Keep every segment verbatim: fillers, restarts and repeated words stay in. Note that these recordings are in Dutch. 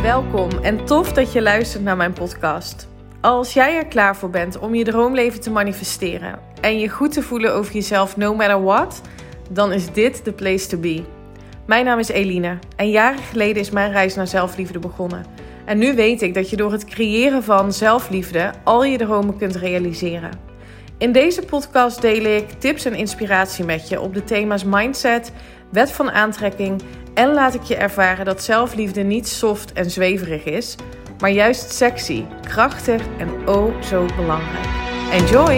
Welkom en tof dat je luistert naar mijn podcast. Als jij er klaar voor bent om je droomleven te manifesteren en je goed te voelen over jezelf no matter what, dan is dit de place to be. Mijn naam is Eline en jaren geleden is mijn reis naar zelfliefde begonnen. En nu weet ik dat je door het creëren van zelfliefde al je dromen kunt realiseren. In deze podcast deel ik tips en inspiratie met je op de thema's mindset, wet van aantrekking en laat ik je ervaren dat zelfliefde niet soft en zweverig is, maar juist sexy, krachtig en oh zo belangrijk. Enjoy!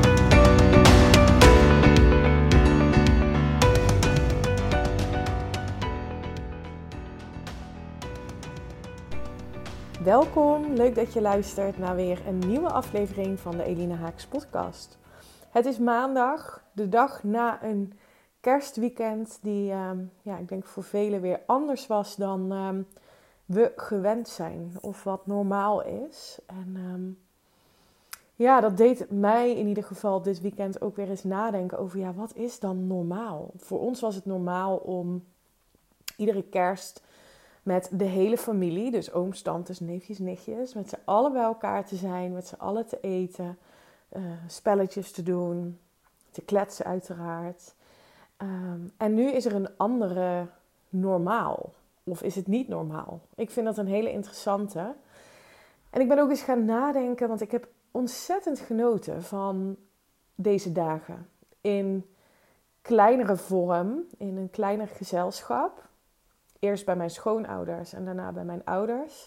Welkom, leuk dat je luistert naar weer een nieuwe aflevering van de Eline Haaks podcast. Het is maandag, de dag na een kerstweekend die, um, ja, ik denk voor velen weer anders was dan um, we gewend zijn of wat normaal is. En um, ja, dat deed mij in ieder geval dit weekend ook weer eens nadenken over, ja, wat is dan normaal? Voor ons was het normaal om iedere kerst met de hele familie, dus ooms, tantes, neefjes, nichtjes, met z'n allen bij elkaar te zijn, met z'n allen te eten, uh, spelletjes te doen, te kletsen uiteraard. Um, en nu is er een andere normaal. Of is het niet normaal? Ik vind dat een hele interessante. En ik ben ook eens gaan nadenken, want ik heb ontzettend genoten van deze dagen. In kleinere vorm, in een kleiner gezelschap. Eerst bij mijn schoonouders en daarna bij mijn ouders.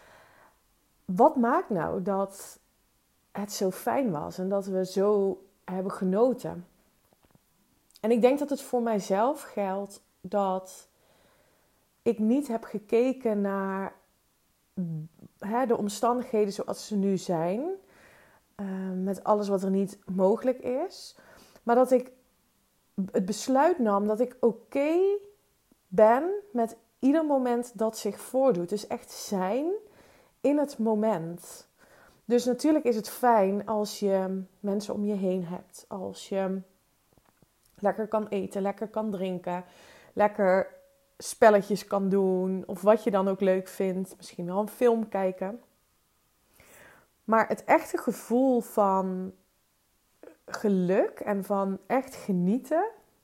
Wat maakt nou dat het zo fijn was en dat we zo hebben genoten? En ik denk dat het voor mijzelf geldt dat ik niet heb gekeken naar hè, de omstandigheden zoals ze nu zijn. Uh, met alles wat er niet mogelijk is. Maar dat ik het besluit nam dat ik oké ben met ieder moment dat zich voordoet. Dus echt zijn in het moment. Dus natuurlijk is het fijn als je mensen om je heen hebt. Als je lekker kan eten, lekker kan drinken, lekker spelletjes kan doen of wat je dan ook leuk vindt. Misschien wel een film kijken. Maar het echte gevoel van geluk en van echt genieten,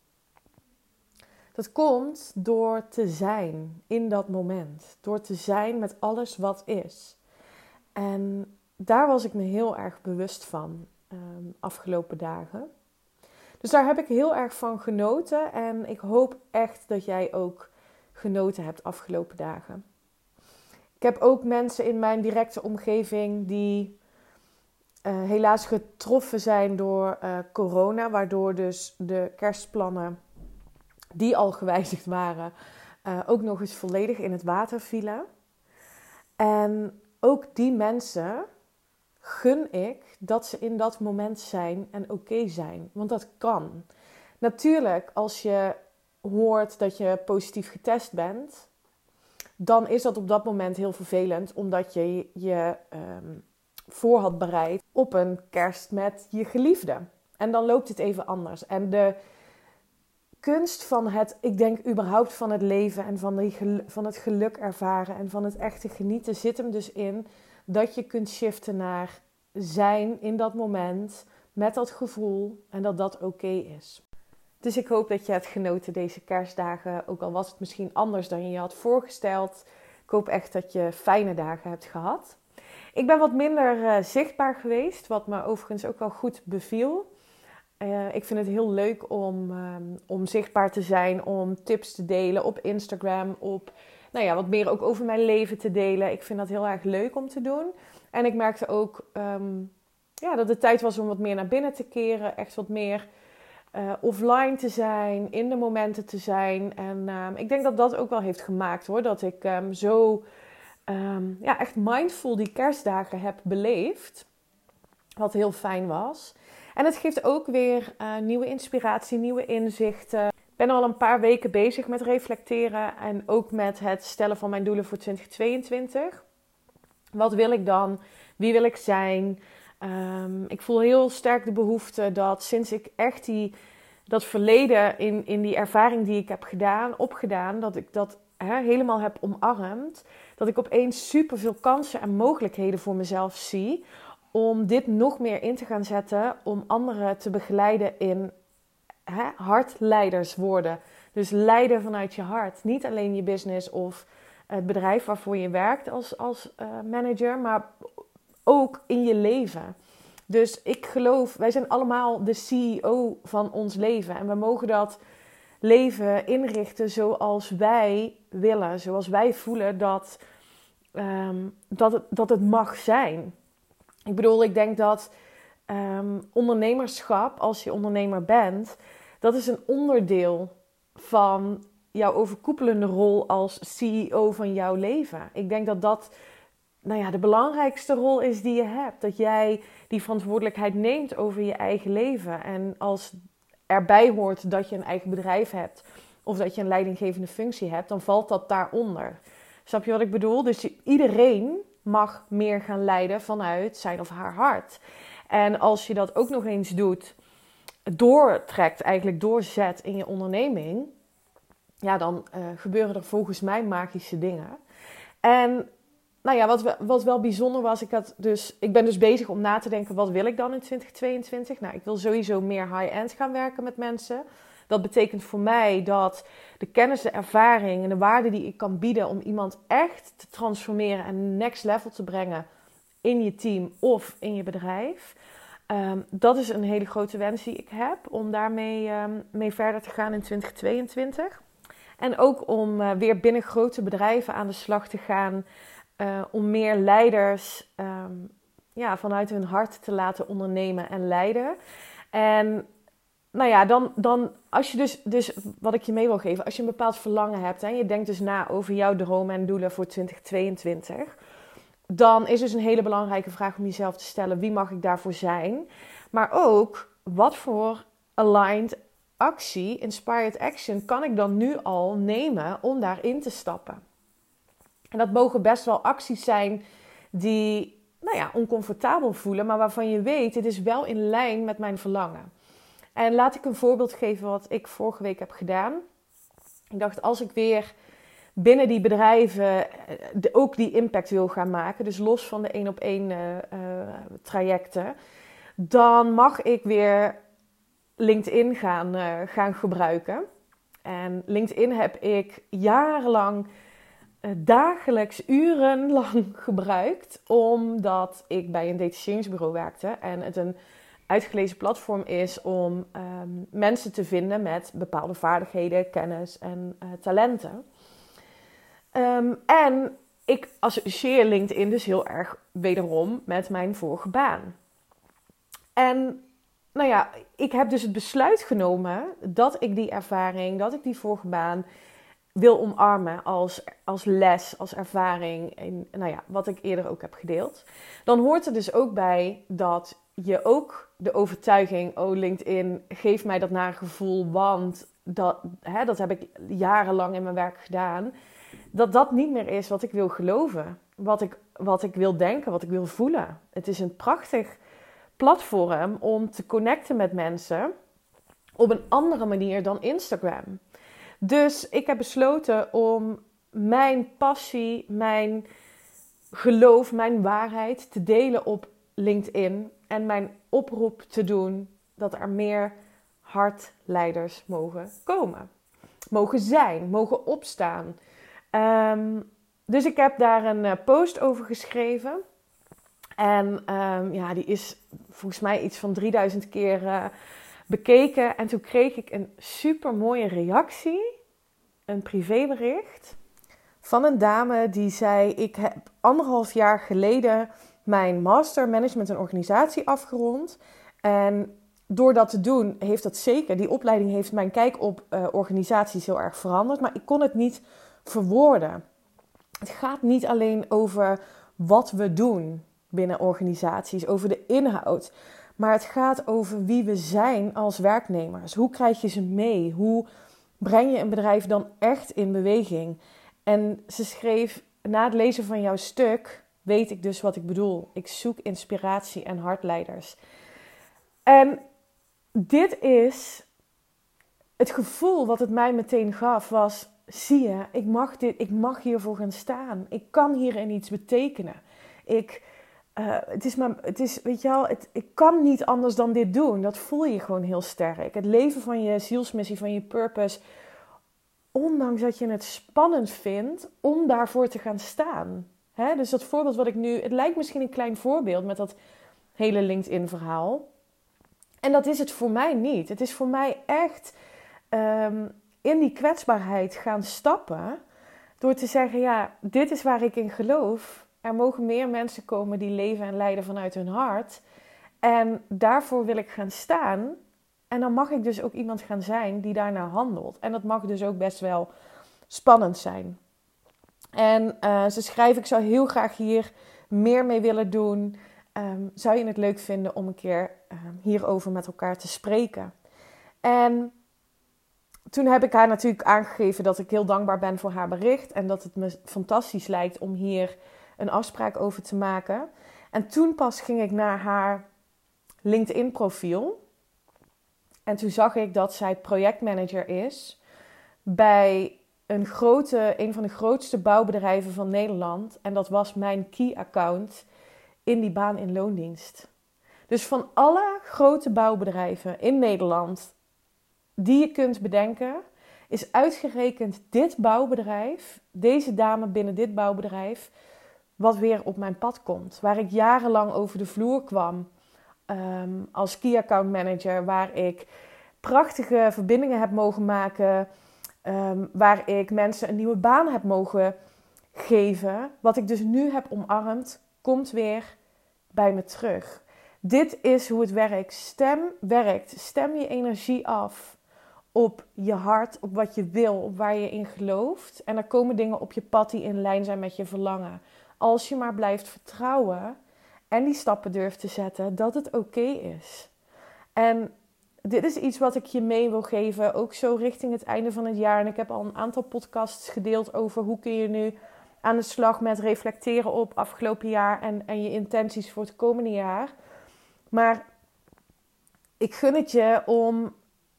dat komt door te zijn in dat moment. Door te zijn met alles wat is. En daar was ik me heel erg bewust van um, afgelopen dagen. Dus daar heb ik heel erg van genoten. En ik hoop echt dat jij ook genoten hebt afgelopen dagen. Ik heb ook mensen in mijn directe omgeving die uh, helaas getroffen zijn door uh, corona. Waardoor dus de kerstplannen die al gewijzigd waren uh, ook nog eens volledig in het water vielen. En ook die mensen gun ik dat ze in dat moment zijn en oké zijn. Want dat kan. Natuurlijk, als je hoort dat je positief getest bent, dan is dat op dat moment heel vervelend, omdat je je um, voor had bereid op een kerst met je geliefde. En dan loopt het even anders. En de kunst van het, ik denk überhaupt van het leven en van, die, van het geluk ervaren en van het echte genieten zit hem dus in dat je kunt shiften naar zijn in dat moment met dat gevoel en dat dat oké is. Dus ik hoop dat je hebt genoten deze kerstdagen, ook al was het misschien anders dan je je had voorgesteld. Ik hoop echt dat je fijne dagen hebt gehad. Ik ben wat minder uh, zichtbaar geweest, wat me overigens ook wel goed beviel. Uh, ik vind het heel leuk om, um, om zichtbaar te zijn, om tips te delen op Instagram, op nou ja, wat meer ook over mijn leven te delen. Ik vind dat heel erg leuk om te doen. En ik merkte ook um, ja, dat het tijd was om wat meer naar binnen te keren, echt wat meer uh, offline te zijn, in de momenten te zijn. En um, ik denk dat dat ook wel heeft gemaakt hoor, dat ik um, zo um, ja, echt mindful die kerstdagen heb beleefd, wat heel fijn was. En het geeft ook weer uh, nieuwe inspiratie, nieuwe inzichten. Ik ben al een paar weken bezig met reflecteren en ook met het stellen van mijn doelen voor twintig tweeëntwintig. Wat wil ik dan? Wie wil ik zijn? Um, ik voel heel sterk de behoefte dat sinds ik echt die, dat verleden in, in die ervaring die ik heb gedaan, opgedaan, dat ik dat hè, helemaal heb omarmd, dat ik opeens superveel kansen en mogelijkheden voor mezelf zie om dit nog meer in te gaan zetten, om anderen te begeleiden in hè, hartleiders worden. Dus leiden vanuit je hart. Niet alleen je business of het bedrijf waarvoor je werkt als, als uh, manager, maar ook in je leven. Dus ik geloof, wij zijn allemaal de C E O van ons leven. En we mogen dat leven inrichten zoals wij willen. Zoals wij voelen dat, um, dat, het, dat het mag zijn. Ik bedoel, ik denk dat um, ondernemerschap, als je ondernemer bent, dat is een onderdeel van jouw overkoepelende rol als C E O van jouw leven. Ik denk dat dat nou ja, de belangrijkste rol is die je hebt. Dat jij die verantwoordelijkheid neemt over je eigen leven. En als erbij hoort dat je een eigen bedrijf hebt of dat je een leidinggevende functie hebt, dan valt dat daaronder. Snap je wat ik bedoel? Dus iedereen mag meer gaan leiden vanuit zijn of haar hart. En als je dat ook nog eens doet, doortrekt, eigenlijk doorzet in je onderneming, ja, dan uh, gebeuren er volgens mij magische dingen. En nou ja, wat, wat wel bijzonder was, ik, had dus, ik ben dus bezig om na te denken, wat wil ik dan in twintig tweeëntwintig? Nou, ik wil sowieso meer high-end gaan werken met mensen. Dat betekent voor mij dat de kennis, de ervaring en de waarde die ik kan bieden om iemand echt te transformeren en next level te brengen in je team of in je bedrijf. Um, dat is een hele grote wens die ik heb, om daarmee um, mee verder te gaan in twintig tweeëntwintig. En ook om uh, weer binnen grote bedrijven aan de slag te gaan, uh, om meer leiders um, ja, vanuit hun hart te laten ondernemen en leiden. En nou ja, dan, dan als je dus, dus wat ik je mee wil geven, als je een bepaald verlangen hebt en je denkt dus na over jouw dromen en doelen voor twintig tweeëntwintig, dan is dus een hele belangrijke vraag om jezelf te stellen, wie mag ik daarvoor zijn? Maar ook, wat voor aligned actie, inspired action, kan ik dan nu al nemen om daarin te stappen? En dat mogen best wel acties zijn die, nou ja, oncomfortabel voelen, maar waarvan je weet, het is wel in lijn met mijn verlangen. En laat ik een voorbeeld geven wat ik vorige week heb gedaan. Ik dacht, als ik weer binnen die bedrijven de, ook die impact wil gaan maken, dus los van de één op één uh, uh, trajecten, dan mag ik weer LinkedIn gaan, uh, gaan gebruiken. En LinkedIn heb ik jarenlang, uh, dagelijks, urenlang gebruikt, omdat ik bij een detacheringsbureau werkte en het een uitgelezen platform is om um, mensen te vinden met bepaalde vaardigheden, kennis en uh, talenten. Um, en ik associeer LinkedIn dus heel erg wederom met mijn vorige baan. En nou ja, ik heb dus het besluit genomen dat ik die ervaring, dat ik die vorige baan wil omarmen als, als les, als ervaring. En nou ja, wat ik eerder ook heb gedeeld. Dan hoort er dus ook bij dat je ook de overtuiging, oh LinkedIn, geeft mij dat nare gevoel, want dat, hè, dat heb ik jarenlang in mijn werk gedaan. Dat dat niet meer is wat ik wil geloven. Wat ik, wat ik wil denken, wat ik wil voelen. Het is een prachtig platform om te connecten met mensen op een andere manier dan Instagram. Dus ik heb besloten om mijn passie, mijn geloof, mijn waarheid te delen op LinkedIn. En mijn oproep te doen dat er meer hartleiders mogen komen. Mogen zijn, mogen opstaan. Um, dus ik heb daar een uh, post over geschreven. En um, ja, die is volgens mij iets van drieduizend keer uh, bekeken. En toen kreeg ik een super mooie reactie. Een privébericht van een dame die zei: ik heb anderhalf jaar geleden mijn master management en organisatie afgerond. En door dat te doen heeft dat zeker, die opleiding heeft mijn kijk op uh, organisaties heel erg veranderd. Maar ik kon het niet verwoorden. Het gaat niet alleen over wat we doen binnen organisaties, over de inhoud. Maar het gaat over wie we zijn als werknemers. Hoe krijg je ze mee? Hoe breng je een bedrijf dan echt in beweging? En ze schreef: na het lezen van jouw stuk weet ik dus wat ik bedoel. Ik zoek inspiratie en hartleiders. En dit is het gevoel wat het mij meteen gaf, was: zie je, ik mag, dit, ik mag hiervoor gaan staan. Ik kan hierin iets betekenen. Ik, uh, het is maar, het is, weet je wel, het, ik kan niet anders dan dit doen. Dat voel je gewoon heel sterk. Het leven van je zielsmissie, van je purpose. Ondanks dat je het spannend vindt om daarvoor te gaan staan. Hè? Dus dat voorbeeld wat ik nu... Het lijkt misschien een klein voorbeeld met dat hele LinkedIn-verhaal. En dat is het voor mij niet. Het is voor mij echt um, in die kwetsbaarheid gaan stappen. Door te zeggen, ja, dit is waar ik in geloof. Er mogen meer mensen komen die leven en leiden vanuit hun hart. En daarvoor wil ik gaan staan. En dan mag ik dus ook iemand gaan zijn die daarnaar handelt. En dat mag dus ook best wel spannend zijn. En uh, ze schrijven, ik zou heel graag hier meer mee willen doen. Um, zou je het leuk vinden om een keer um, hierover met elkaar te spreken? En toen heb ik haar natuurlijk aangegeven dat ik heel dankbaar ben voor haar bericht. En dat het me fantastisch lijkt om hier een afspraak over te maken. En toen pas ging ik naar haar LinkedIn profiel. En toen zag ik dat zij projectmanager is bij een, grote, een van de grootste bouwbedrijven van Nederland. En dat was mijn key account in die baan in loondienst. Dus van alle grote bouwbedrijven in Nederland die je kunt bedenken, is uitgerekend dit bouwbedrijf, deze dame binnen dit bouwbedrijf, wat weer op mijn pad komt. Waar ik jarenlang over de vloer kwam. Um, als key account manager, waar ik prachtige verbindingen heb mogen maken, um, waar ik mensen een nieuwe baan heb mogen geven. Wat ik dus nu heb omarmd, komt weer bij me terug. Dit is hoe het werkt. Stem werkt. Stem je energie af op je hart, op wat je wil, op waar je in gelooft. En er komen dingen op je pad die in lijn zijn met je verlangen. Als je maar blijft vertrouwen en die stappen durft te zetten, dat het oké is. En dit is iets wat ik je mee wil geven, ook zo richting het einde van het jaar. En ik heb al een aantal podcasts gedeeld over hoe kun je nu aan de slag met reflecteren op afgelopen jaar en, en je intenties voor het komende jaar. Maar ik gun het je om...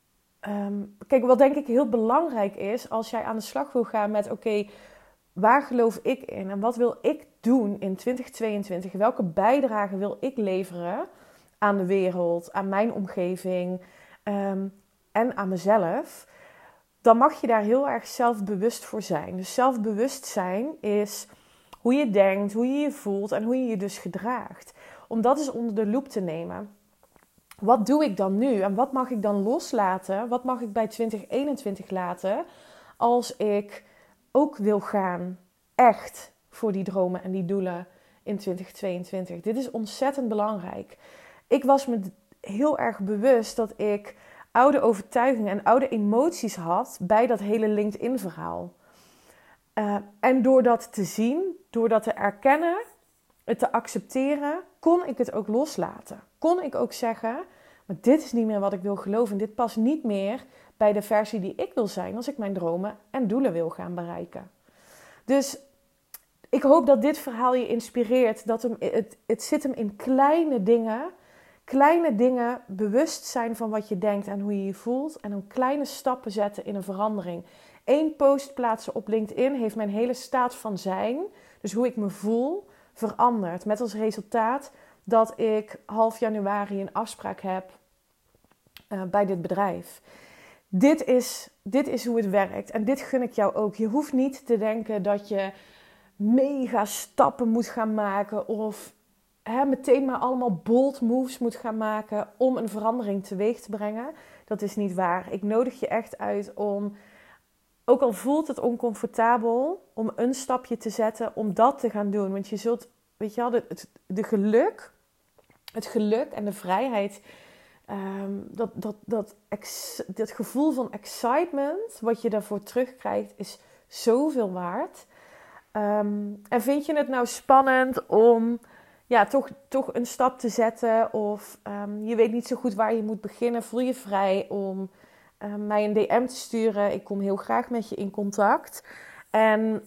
Um, kijk, wat denk ik heel belangrijk is als jij aan de slag wil gaan met... Oké, okay, waar geloof ik in en wat wil ik doen in twintig tweeëntwintig? Welke bijdrage wil ik leveren aan de wereld, aan mijn omgeving um, en aan mezelf? Dan mag je daar heel erg zelfbewust voor zijn. Dus zelfbewustzijn is hoe je denkt, hoe je je voelt en hoe je je dus gedraagt. Om dat eens onder de loep te nemen. Wat doe ik dan nu en wat mag ik dan loslaten? Wat mag ik bij twintig eenentwintig laten als ik ook wil gaan echt voor die dromen en die doelen in twintig tweeëntwintig? Dit is ontzettend belangrijk. Ik was me heel erg bewust dat ik oude overtuigingen en oude emoties had bij dat hele LinkedIn-verhaal. Uh, en door dat te zien, door dat te erkennen, het te accepteren, kon ik het ook loslaten. Kon ik ook zeggen, maar dit is niet meer wat ik wil geloven. Dit past niet meer bij de versie die ik wil zijn als ik mijn dromen en doelen wil gaan bereiken. Dus ik hoop dat dit verhaal je inspireert. Dat hem, het, het zit hem in kleine dingen. Kleine dingen, bewust zijn van wat je denkt en hoe je je voelt. En dan kleine stappen zetten in een verandering. Eén post plaatsen op LinkedIn heeft mijn hele staat van zijn. Dus hoe ik me voel, veranderd. Met als resultaat dat ik half januari een afspraak heb uh, bij dit bedrijf. Dit is, dit is hoe het werkt. En dit gun ik jou ook. Je hoeft niet te denken dat je mega stappen moet gaan maken. Of hè, meteen maar allemaal bold moves moet gaan maken om een verandering teweeg te brengen. Dat is niet waar. Ik nodig je echt uit om, ook al voelt het oncomfortabel, om een stapje te zetten om dat te gaan doen. Want je zult, weet je wel, de, het, de geluk, het geluk en de vrijheid, um, dat, dat, dat, ex, dat gevoel van excitement wat je daarvoor terugkrijgt, is zoveel waard. Um, en vind je het nou spannend om ja, toch, toch een stap te zetten of um, je weet niet zo goed waar je moet beginnen, voel je vrij om uh, mij een D M te sturen. Ik kom heel graag met je in contact. En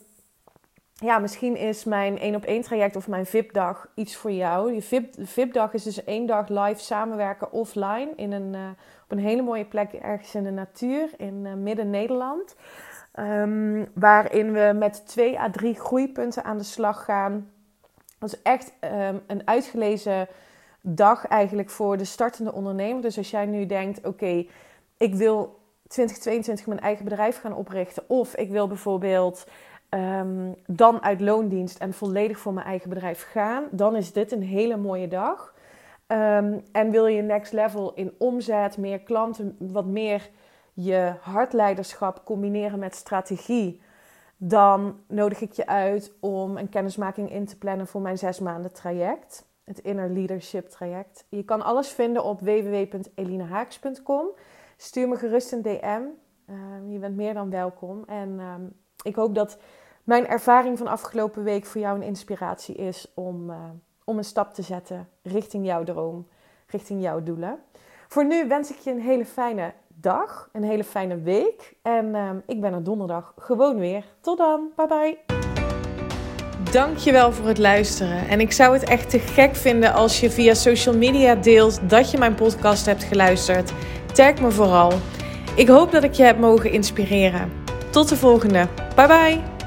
ja, misschien is mijn één op één traject of mijn V I P-dag iets voor jou. Die V I P, de V I P-dag is dus één dag live samenwerken offline in een, uh, op een hele mooie plek ergens in de natuur in uh, midden Nederland. Um, waarin we met twee à drie groeipunten aan de slag gaan. Dat is echt um, een uitgelezen dag eigenlijk voor de startende ondernemer. Dus als jij nu denkt, oké, okay, ik wil twintig tweeëntwintig mijn eigen bedrijf gaan oprichten. Of ik wil bijvoorbeeld um, dan uit loondienst en volledig voor mijn eigen bedrijf gaan. Dan is dit een hele mooie dag. Um, en wil je next level in omzet, meer klanten, wat meer je hartleiderschap combineren met strategie, dan nodig ik je uit om een kennismaking in te plannen voor mijn zes maanden traject. Het Inner Leadership traject. Je kan alles vinden op w w w punt elinehaaks punt com. Stuur me gerust een D M. Uh, je bent meer dan welkom. En uh, ik hoop dat mijn ervaring van afgelopen week voor jou een inspiratie is om, uh, om een stap te zetten richting jouw droom, richting jouw doelen. Voor nu wens ik je een hele fijne dag, een hele fijne week. En uh, ik ben er donderdag gewoon weer. Tot dan. Bye bye. Dankjewel voor het luisteren. En ik zou het echt te gek vinden als je via social media deelt dat je mijn podcast hebt geluisterd. Tag me vooral. Ik hoop dat ik je heb mogen inspireren. Tot de volgende. Bye bye.